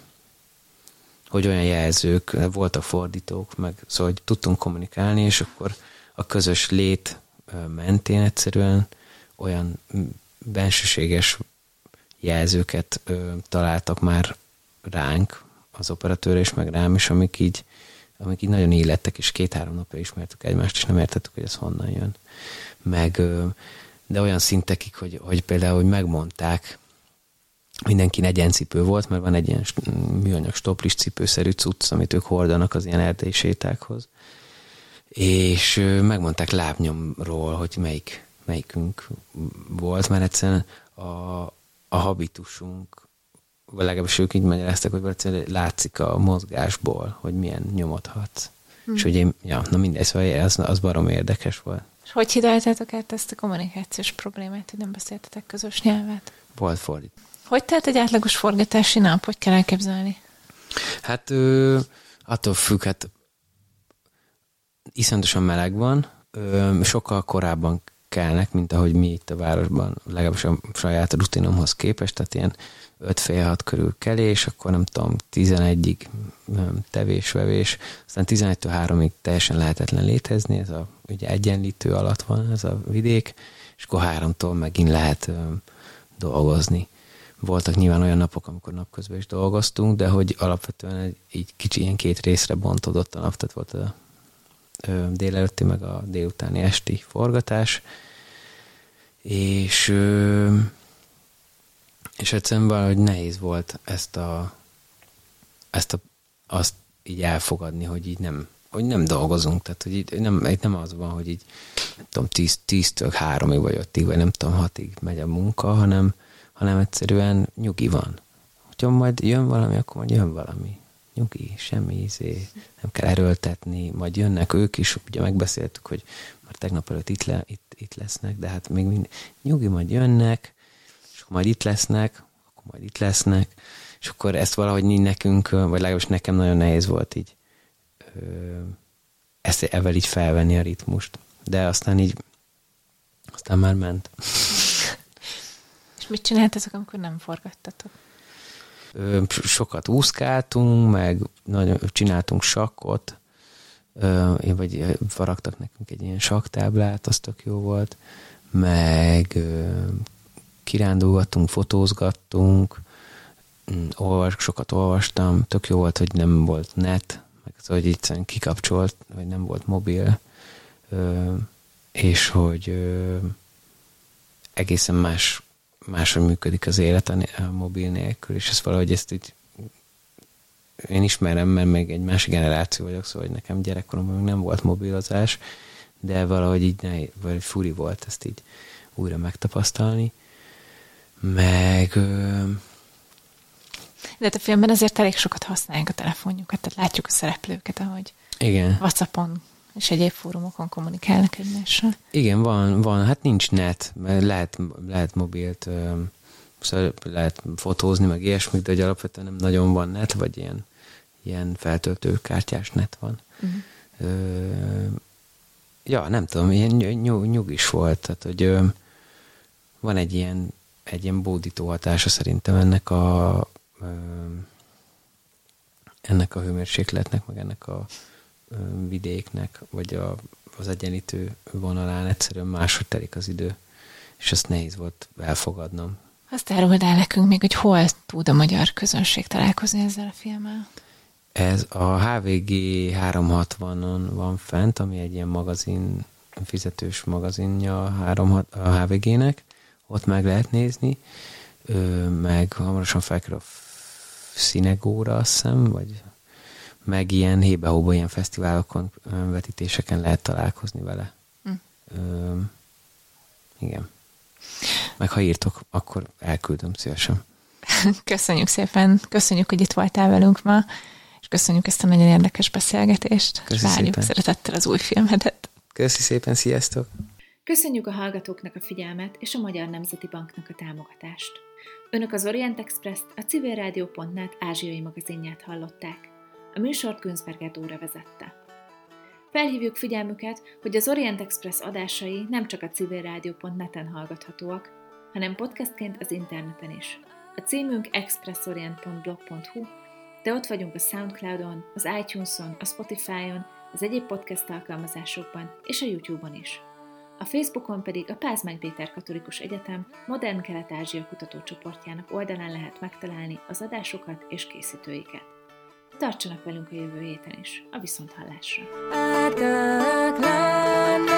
hogy olyan jelzők, voltak fordítók, meg szóval hogy tudtunk kommunikálni, és akkor a közös lét mentén egyszerűen olyan bensőséges jelzőket találtak már ránk, az operatőr és meg rám is, amik így amik így nagyon élettek, és két-három napja ismertük egymást, és nem értettük, hogy ez honnan jön. Meg, de olyan szintekig, hogy, hogy például, hogy megmondták, mindenki egyencipő volt, mert van egy ilyen műanyag stoplis cipőszerű cucc, amit ők hordanak az ilyen erdei sétákhoz. És megmondták lábnyomról, hogy melyik, melyikünk volt, mert egyszerűen a, a habitusunk, vagy legalábbis ők így magyaráztak, hogy egyszerűen látszik a mozgásból, hogy milyen nyomot hatsz. Hmm. És hogy én, ja, na mindegy, szóval az, az barom érdekes volt. És hogy hidaltátok át ezt a kommunikációs problémát, hogy nem beszéltetek közös nyelvet? Volt fordít. Hogy telt egy átlagos forgatási nap? Hogy kell elképzelni? Hát ö, attól függ, hát iszonyatosan meleg van, ö, sokkal korábban kelnek, mint ahogy mi itt a városban, legalábbis a saját rutinomhoz képest, tehát ilyen öt fél hat körül kelés, akkor nem tudom, tizenegyig tevés-vevés, aztán tizenegytől háromig teljesen lehetetlen létezni, ez a ugye egyenlítő alatt van ez a vidék, és akkor háromtól megint lehet ö, dolgozni. Voltak nyilván olyan napok, amikor napközben is dolgoztunk, de hogy alapvetően így kicsi ilyen két részre bontódott a nap, tehát volt a délelőtti, meg a délutáni esti forgatás, és, és egyszerűen valahogy nehéz volt ezt a, ezt a, azt így elfogadni, hogy így nem, hogy nem dolgozunk, tehát hogy így nem, így nem az van, hogy így nem tudom, tíz, tíztől háromig vagy ötig, vagy nem tudom, hatig megy a munka, hanem, hanem egyszerűen nyugi van. Hogyha majd jön valami, akkor majd jön valami. Nyugi, semmi izé, nem kell erőltetni, majd jönnek ők is, ugye megbeszéltük, hogy már tegnap előtt itt, le, itt, itt lesznek, de hát még mind, nyugi, majd jönnek, és akkor majd itt lesznek, akkor majd itt lesznek, és akkor ezt valahogy nekünk, vagy legalábbis nekem nagyon nehéz volt így ezt evel így felvenni a ritmust. De aztán így aztán már ment. És mit csináltatok, amikor nem forgattatok? Sokat úszkáltunk, meg nagyon, csináltunk sakkot, vagy faragtak nekünk egy ilyen sakktáblát, az tök jó volt, meg kirándulgattunk, fotózgattunk, olvas, sokat olvastam, tök jó volt, hogy nem volt net, meg az, hogy egyszerűen kikapcsolt, vagy nem volt mobil, és hogy egészen más máshogy működik az élet a, a mobil nélkül, és ezt valahogy ezt így én ismerem, mert még egy másik generáció vagyok, szóval hogy nekem gyerekkoromban még nem volt mobilozás, de valahogy így nehéz, vagy furi volt ezt így újra megtapasztalni. Meg... De a filmben azért elég sokat használják a telefonjukat, tehát látjuk a szereplőket, ahogy igen. WhatsAppon és egyéb fórumokon kommunikálnak egymással. Igen, van, van, hát nincs net, lehet, lehet mobilt, szóval lehet fotózni, meg ilyesmik, de hogy alapvetően nem nagyon van net, vagy ilyen, ilyen feltöltőkártyás net van. Uh-huh. Ö, ja, nem tudom, ilyen nyug, nyugis volt, tehát hogy ö, van egy ilyen, egy ilyen bódító hatása szerintem ennek a ö, ennek a hőmérsékletnek, meg ennek a vidéknek, vagy a, az egyenlítő vonalán egyszerűen máshogy telik az idő, és ezt nehéz volt elfogadnom. Azt áruld el nekünk még, hogy hol tud a magyar közönség találkozni ezzel a filmmel? Ez a há vé gé háromszázhatvanon van fent, ami egy ilyen magazin, fizetős magazinja a há vé gének, ott meg lehet nézni, meg hamarosan felkerül a Színegóra, azt hiszem, vagy meg ilyen hébe-hóba, ilyen fesztiválokon, vetítéseken lehet találkozni vele. Hm. Ö, igen. Meg ha írtok, akkor elküldöm szívesen. Köszönjük szépen, köszönjük, hogy itt voltál velünk ma, és köszönjük ezt a nagyon érdekes beszélgetést. Köszi és várjuk szépen. Szeretettel az új filmedet. Köszi szépen, sziasztok! Köszönjük a hallgatóknak a figyelmet és a Magyar Nemzeti Banknak a támogatást. Önök az Orient Express-t, a civilrádió pont net ázsiai magazinját hallották. A műsort Günzberger Dóra vezette. Felhívjuk figyelmüket, hogy az Orient Express adásai nem csak a civilrádió pont net-en hallgathatóak, hanem podcastként az interneten is. A címünk expressorient pont blog pont hu, de ott vagyunk a Soundcloudon, az iTunes-on, a Spotify-on, az egyéb podcast alkalmazásokban és a YouTube-on is. A Facebookon pedig a Pázmány Péter Katolikus Egyetem Modern Kelet-Ázsia kutatócsoportjának oldalán lehet megtalálni az adásokat és készítőiket. Tartsanak velünk a jövő héten is, a viszonthallásra!